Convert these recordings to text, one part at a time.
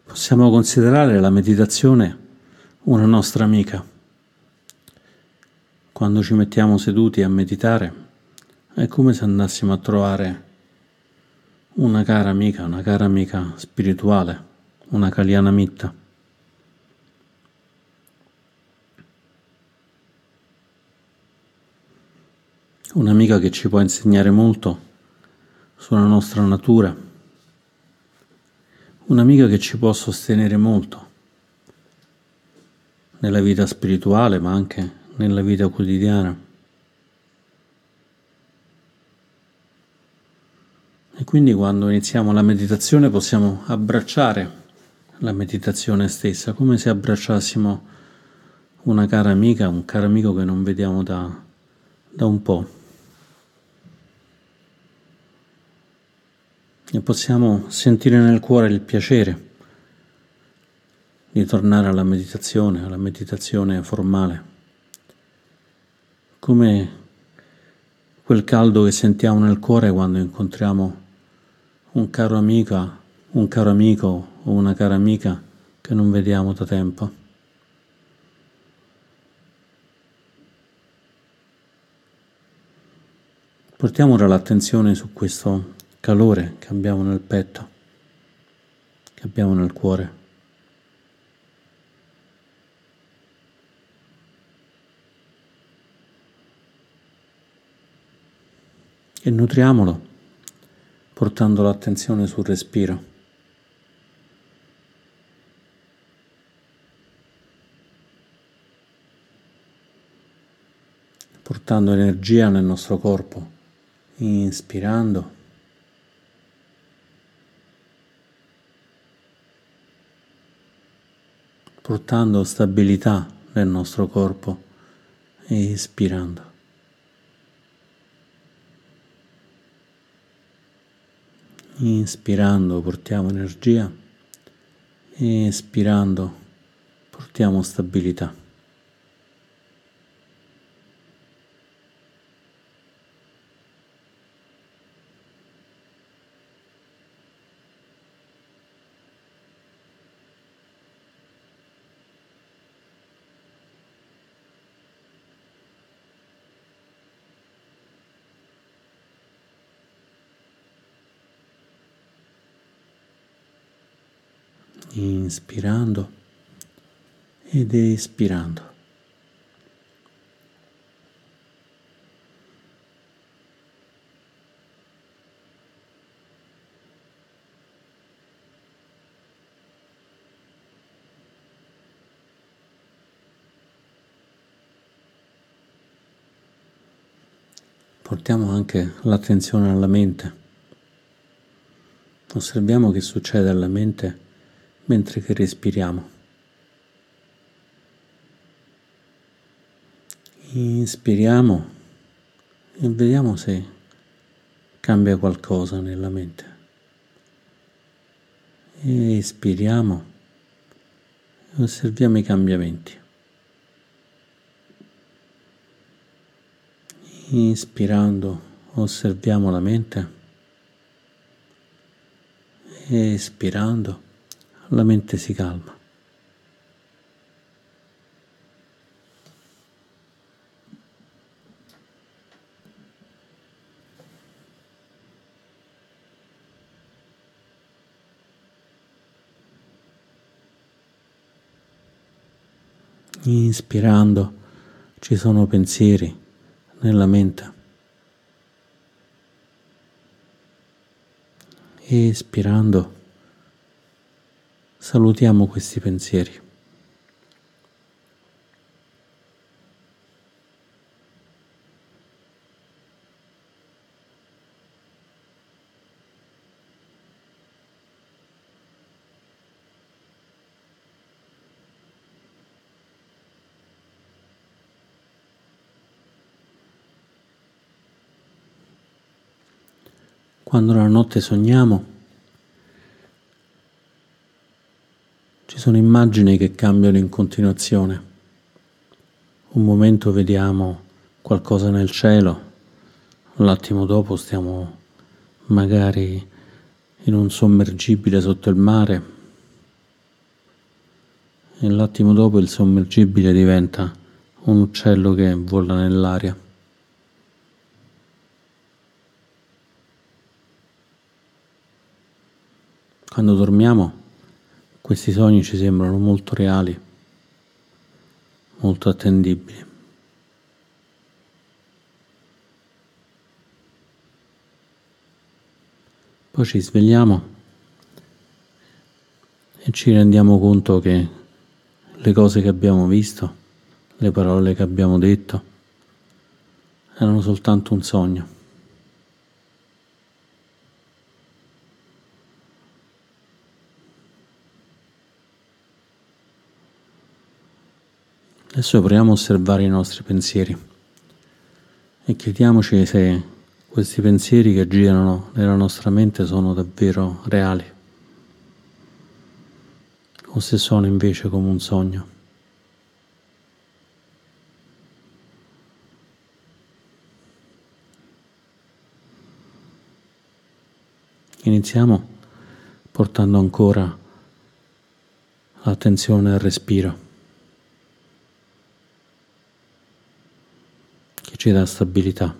Possiamo considerare la meditazione una nostra amica. Quando ci mettiamo seduti a meditare è come se andassimo a trovare una cara amica spirituale, una Kalyana Mitta. Un'amica che ci può insegnare molto sulla nostra natura, un'amica che ci può sostenere molto nella vita spirituale ma anche nella vita quotidiana. E quindi quando iniziamo la meditazione possiamo abbracciare la meditazione stessa, come se abbracciassimo una cara amica, un caro amico che non vediamo da un po'. E possiamo sentire nel cuore il piacere di tornare alla meditazione formale, come quel caldo che sentiamo nel cuore quando incontriamo un caro amico o una cara amica che non vediamo da tempo. Portiamo ora l'attenzione su questo calore che abbiamo nel petto, che abbiamo nel cuore. E nutriamolo portando l'attenzione sul respiro. Portando energia nel nostro corpo, inspirando. Portando stabilità nel nostro corpo e espirando. Inspirando portiamo energia, espirando portiamo stabilità. Inspirando ed espirando. Portiamo anche l'attenzione alla mente. Osserviamo che succede alla mente mentre che respiriamo. Inspiriamo e vediamo se cambia qualcosa nella mente. Espiriamo e osserviamo i cambiamenti. Inspirando osserviamo la mente. Espirando la mente si calma. Inspirando ci sono pensieri nella mente. Espirando salutiamo questi pensieri. Quando la notte sogniamo, ci sono immagini che cambiano in continuazione. Un momento vediamo qualcosa nel cielo, l'attimo dopo stiamo magari in un sommergibile sotto il mare, e l'attimo dopo il sommergibile diventa un uccello che vola nell'aria. Quando dormiamo, questi sogni ci sembrano molto reali, molto attendibili. Poi ci svegliamo e ci rendiamo conto che le cose che abbiamo visto, le parole che abbiamo detto, erano soltanto un sogno. Adesso proviamo a osservare i nostri pensieri e chiediamoci se questi pensieri che girano nella nostra mente sono davvero reali o se sono invece come un sogno. Iniziamo portando ancora l'attenzione al respiro, che ci dà stabilità.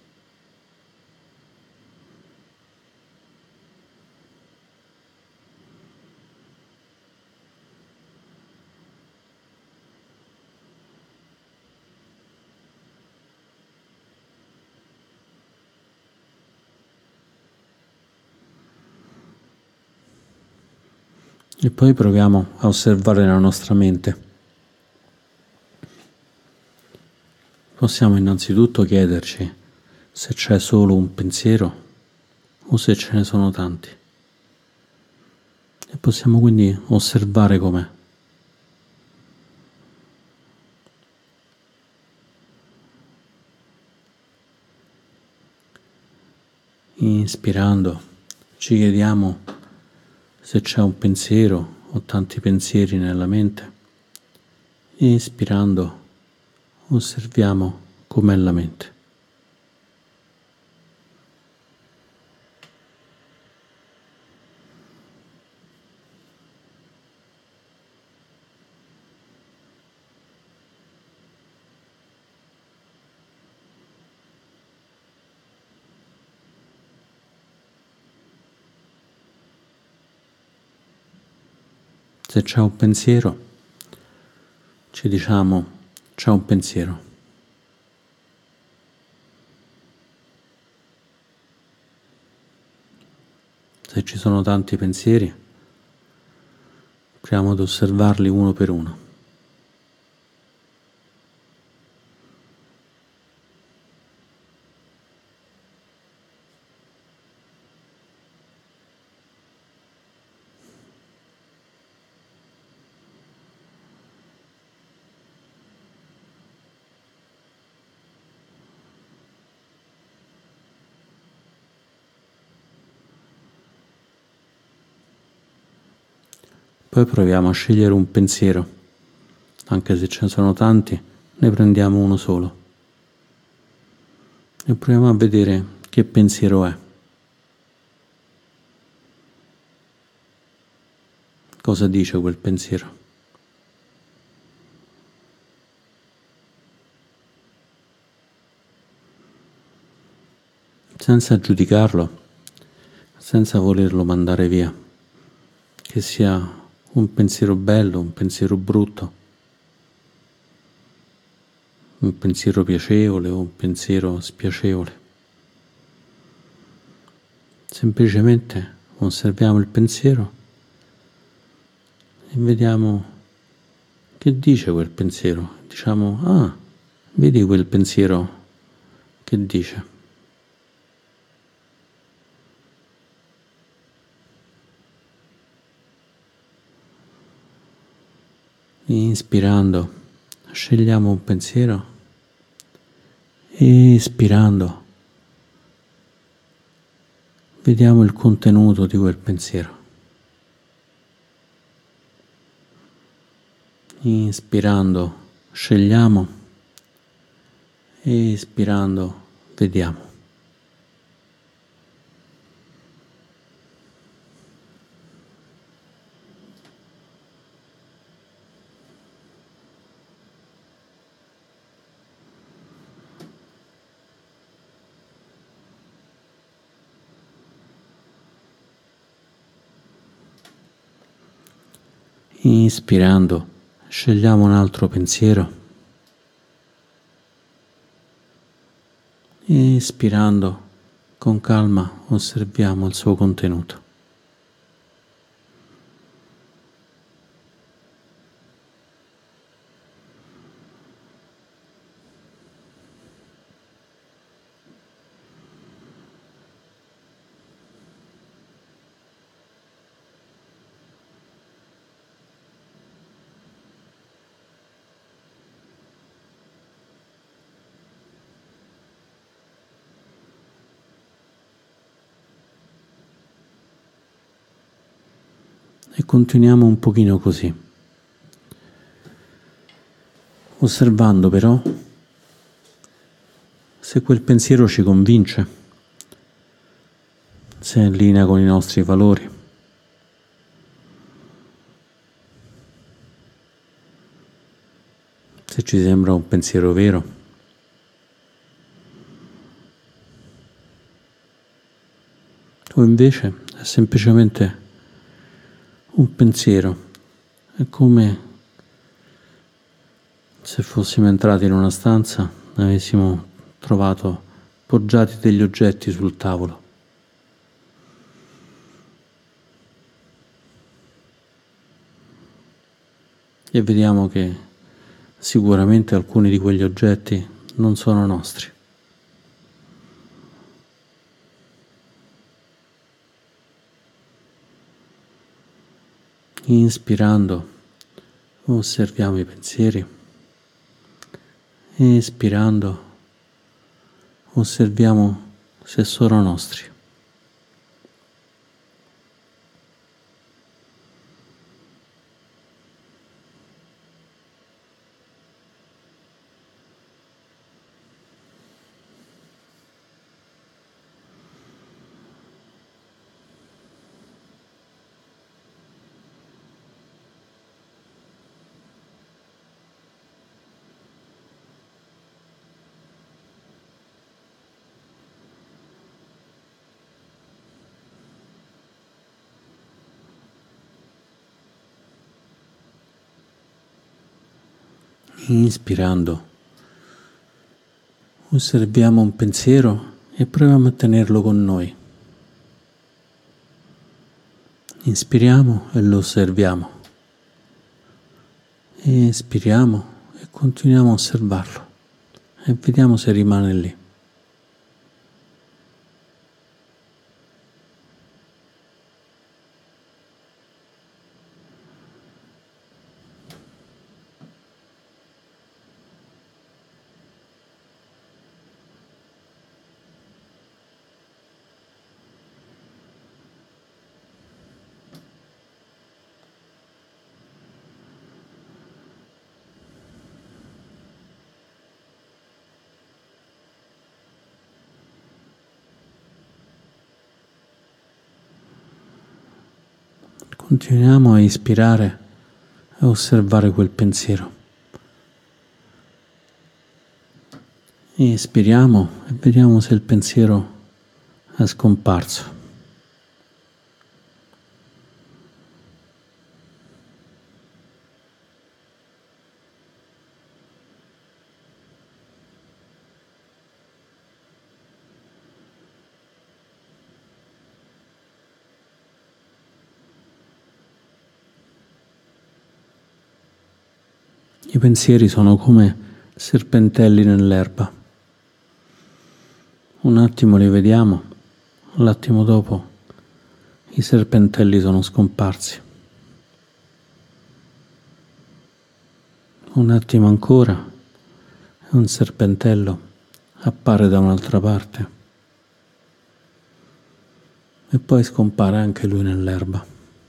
E poi proviamo a osservare la nostra mente. Possiamo innanzitutto chiederci se c'è solo un pensiero o se ce ne sono tanti. E possiamo quindi osservare com'è. Inspirando ci chiediamo se c'è un pensiero o tanti pensieri nella mente. E espirando osserviamo com'è la mente. Se c'è un pensiero, ci diciamo c'è un pensiero. Se ci sono tanti pensieri, proviamo ad osservarli uno per uno. Poi proviamo a scegliere un pensiero, anche se ce ne sono tanti, ne prendiamo uno solo e proviamo a vedere che pensiero è. Cosa dice quel pensiero? Senza giudicarlo, senza volerlo mandare via, che sia un pensiero bello, un pensiero brutto, un pensiero piacevole o un pensiero spiacevole. Semplicemente osserviamo il pensiero e vediamo che dice quel pensiero. Diciamo, ah, vedi quel pensiero che dice. Inspirando, scegliamo un pensiero. Espirando, vediamo il contenuto di quel pensiero. Inspirando, scegliamo. Espirando, vediamo. Inspirando, scegliamo un altro pensiero. Espirando, con calma osserviamo il suo contenuto. E continuiamo un pochino così, osservando però se quel pensiero ci convince, se è in linea con i nostri valori. Se ci sembra un pensiero vero. O invece è semplicemente un pensiero. È come se fossimo entrati in una stanza e avessimo trovato poggiati degli oggetti sul tavolo. E vediamo che sicuramente alcuni di quegli oggetti non sono nostri. Inspirando, osserviamo i pensieri. Espirando, osserviamo se sono nostri. Inspirando, osserviamo un pensiero e proviamo a tenerlo con noi. Inspiriamo e lo osserviamo. Espiriamo e continuiamo a osservarlo e vediamo se rimane lì. Continuiamo a ispirare e osservare quel pensiero. Espiriamo e vediamo se il pensiero è scomparso. I pensieri sono come serpentelli nell'erba. Un attimo li vediamo, l'attimo dopo i serpentelli sono scomparsi. Un attimo ancora e un serpentello appare da un'altra parte e poi scompare anche lui nell'erba.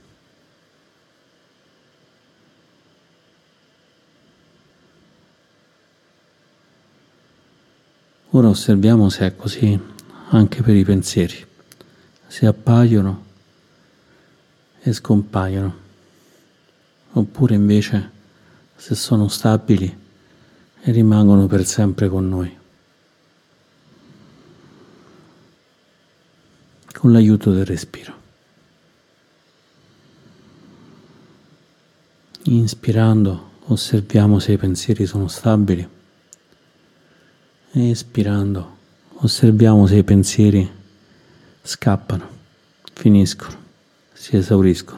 Ora osserviamo se è così anche per i pensieri, se appaiono e scompaiono, oppure invece se sono stabili e rimangono per sempre con noi. Con l'aiuto del respiro. Inspirando osserviamo se i pensieri sono stabili. Espirando osserviamo se i pensieri scappano, finiscono, si esauriscono.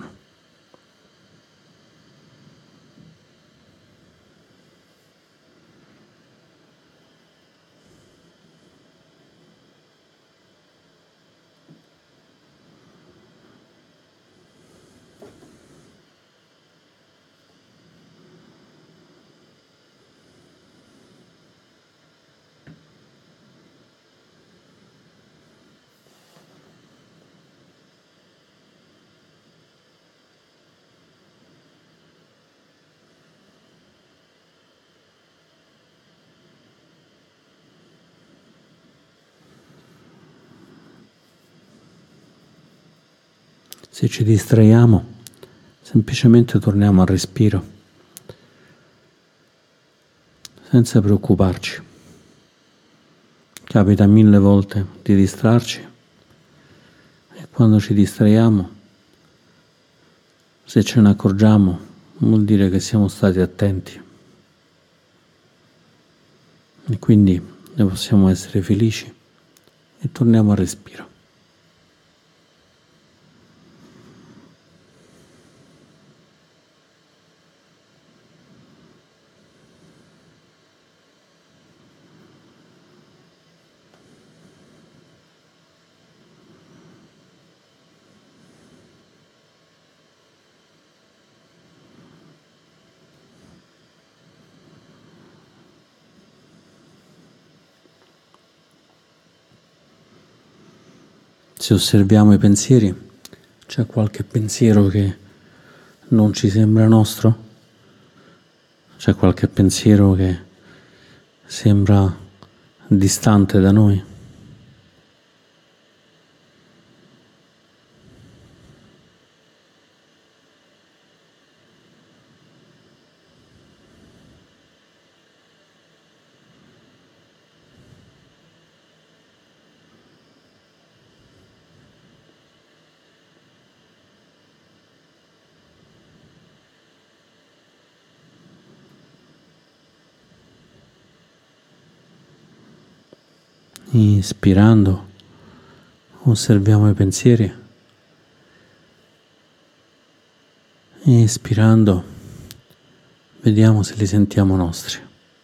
Se ci distraiamo, semplicemente torniamo al respiro, senza preoccuparci. Capita 1000 volte di distrarci e quando ci distraiamo, se ce ne accorgiamo, vuol dire che siamo stati attenti e quindi ne possiamo essere felici e torniamo al respiro. Se osserviamo i pensieri, c'è qualche pensiero che non ci sembra nostro? C'è qualche pensiero che sembra distante da noi? Ispirando, osserviamo i pensieri. Espirando, vediamo se li sentiamo nostri.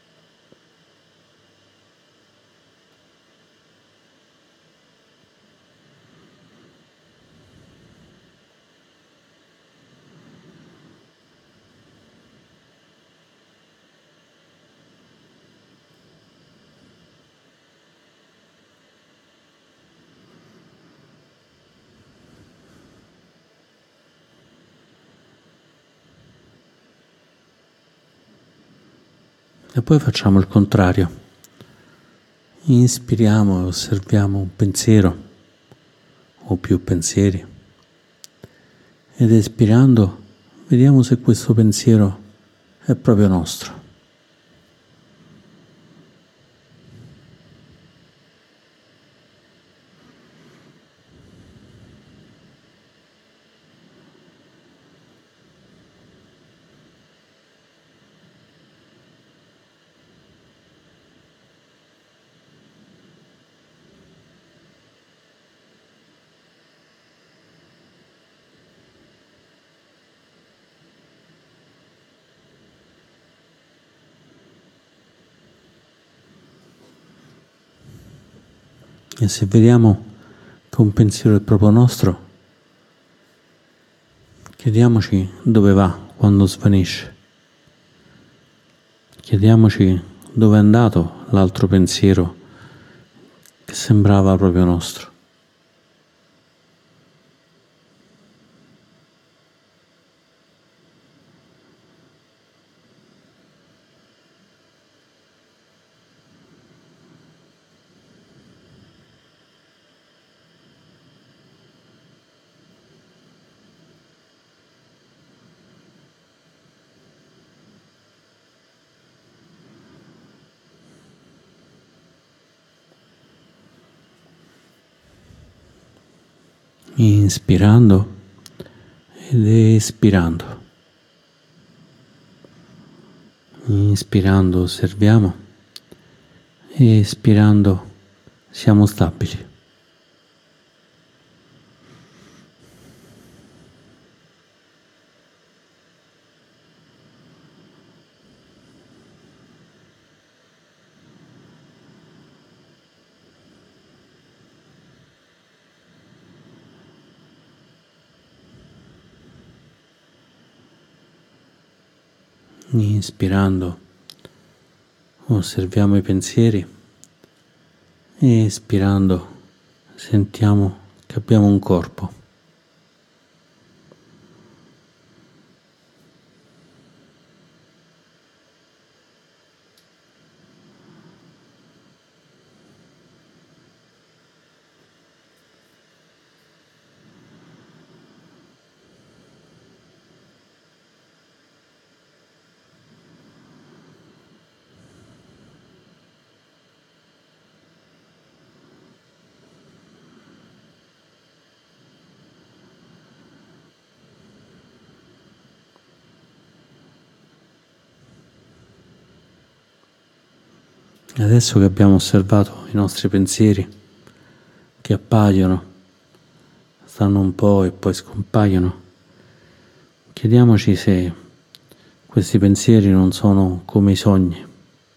E poi facciamo il contrario. Inspiriamo e osserviamo un pensiero o più pensieri. Ed espirando, vediamo se questo pensiero è proprio nostro. E se vediamo che un pensiero è proprio nostro, chiediamoci dove va quando svanisce. Chiediamoci dove è andato l'altro pensiero che sembrava proprio nostro. Inspirando ed espirando. Inspirando osserviamo e espirando siamo stabili. Inspirando osserviamo i pensieri e espirando sentiamo che abbiamo un corpo. Adesso che abbiamo osservato i nostri pensieri che appaiono, stanno un po' e poi scompaiono, chiediamoci se questi pensieri non sono come i sogni.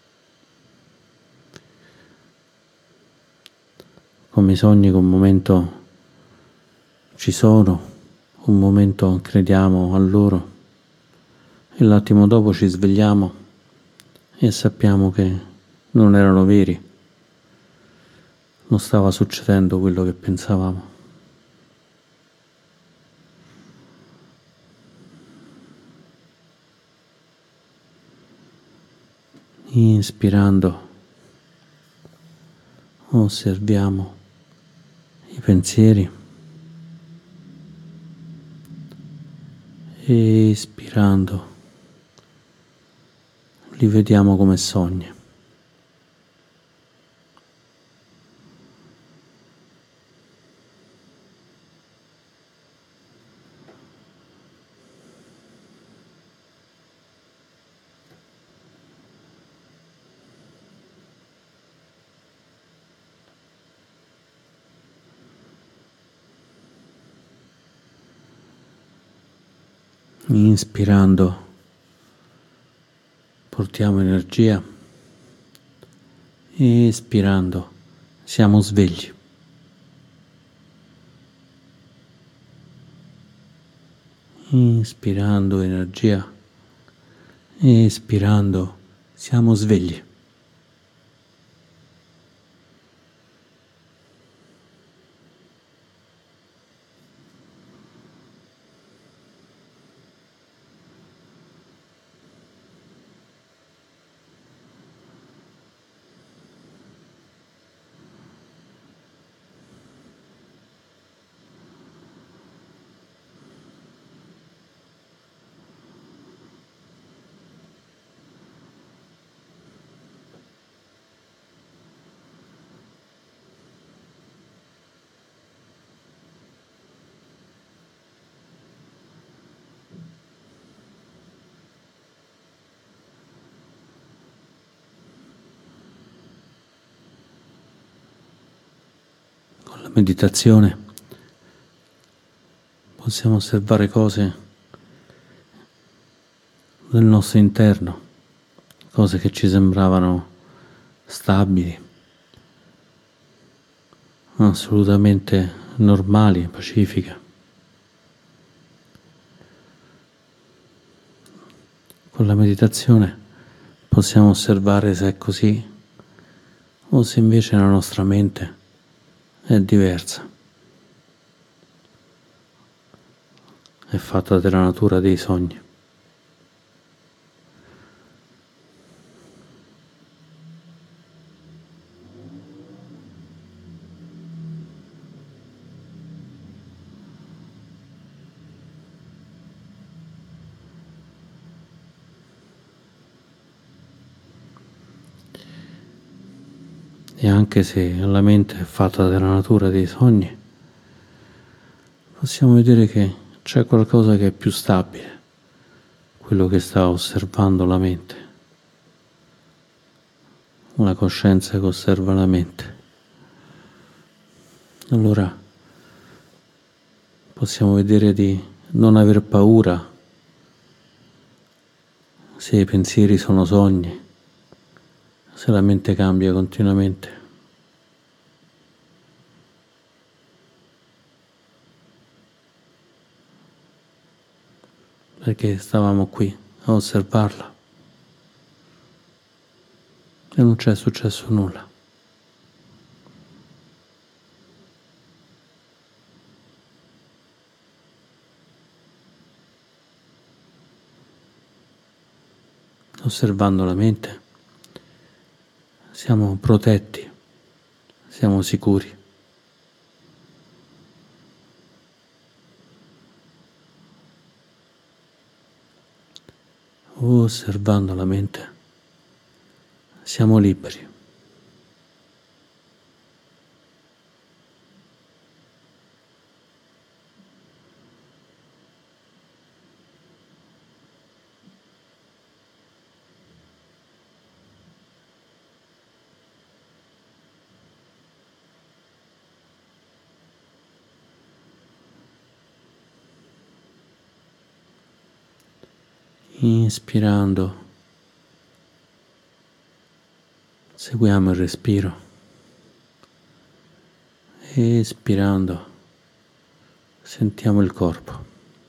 Come i sogni che un momento ci sono, un momento crediamo a loro e l'attimo dopo ci svegliamo e sappiamo che non erano veri, non stava succedendo quello che pensavamo. Inspirando osserviamo i pensieri e espirando li vediamo come sogni. Inspirando portiamo energia e espirando siamo svegli. Inspirando energia e espirando siamo svegli. Con la meditazione possiamo osservare cose del nostro interno, cose che ci sembravano stabili, assolutamente normali, pacifiche. Con la meditazione possiamo osservare se è così o se invece la nostra mente è diversa, è fatta della natura dei sogni. E anche se la mente è fatta della natura dei sogni, possiamo vedere che c'è qualcosa che è più stabile, quello che sta osservando la mente. una coscienza che osserva la mente. Allora possiamo vedere di non aver paura se i pensieri sono sogni, se la mente cambia continuamente. Perché stavamo qui a osservarla e non c'è successo nulla. Osservando la mente siamo protetti, siamo sicuri. Osservando la mente siamo liberi. Inspirando, seguiamo il respiro. Espirando, sentiamo il corpo.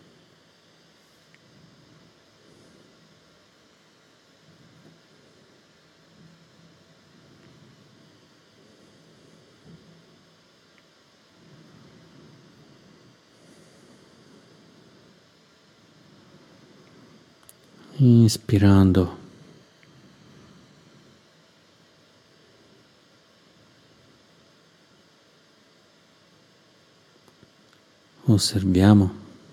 Inspirando, osserviamo.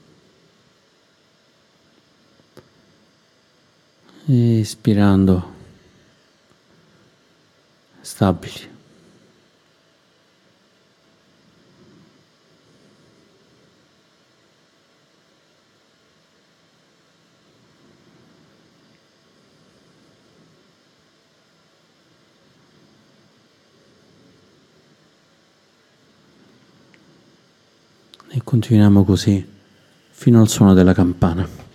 Espirando, stabili. E continuiamo così fino al suono della campana.